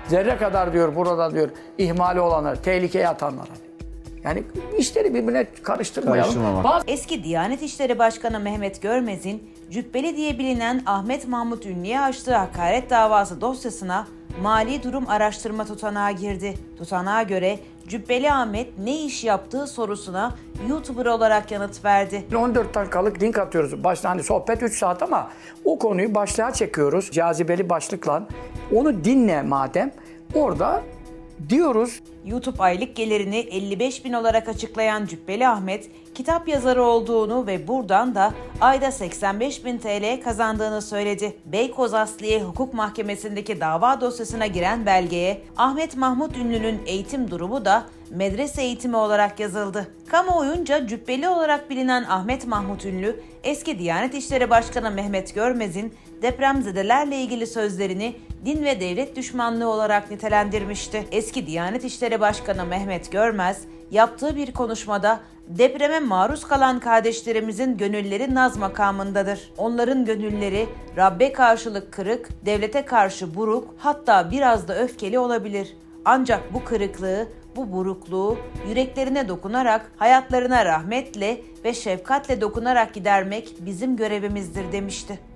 Zerre kadar diyor burada diyor ihmali olanlar, tehlikeye atanlara. Yani işleri birbirine karıştırmayalım. Karıştırmamak. Eski Diyanet İşleri Başkanı Mehmet Görmez'in Cübbeli diye bilinen Ahmet Mahmut Ünlü'ye açtığı hakaret davası dosyasına mali durum araştırma tutanağı girdi. Tutanağa göre Cübbeli Ahmet ne iş yaptığı sorusuna YouTuber olarak yanıt verdi. 14 dakikalık link atıyoruz. Başta hani sohbet 3 saat ama o konuyu başlığa çekiyoruz. Cazibeli başlıkla. Onu dinle madem. Orada diyoruz. YouTube aylık gelirini 55.000 olarak açıklayan Cübbeli Ahmet, kitap yazarı olduğunu ve buradan da ayda 85.000 TL kazandığını söyledi. Beykoz Asliye Hukuk Mahkemesi'ndeki dava dosyasına giren belgeye Ahmet Mahmut Ünlü'nün eğitim durumu da medrese eğitimi olarak yazıldı. Kamuoyunca Cübbeli olarak bilinen Ahmet Mahmut Ünlü, eski Diyanet İşleri Başkanı Mehmet Görmez'in depremzedelerle ilgili sözlerini din ve devlet düşmanlığı olarak nitelendirmişti. Eski Diyanet İşleri Başkanı Mehmet Görmez, yaptığı bir konuşmada depreme maruz kalan kardeşlerimizin gönülleri naz makamındadır. Onların gönülleri Rabbe karşılık kırık, devlete karşı buruk, hatta biraz da öfkeli olabilir. Ancak bu kırıklığı, bu burukluğu yüreklerine dokunarak, hayatlarına rahmetle ve şefkatle dokunarak gidermek bizim görevimizdir demişti.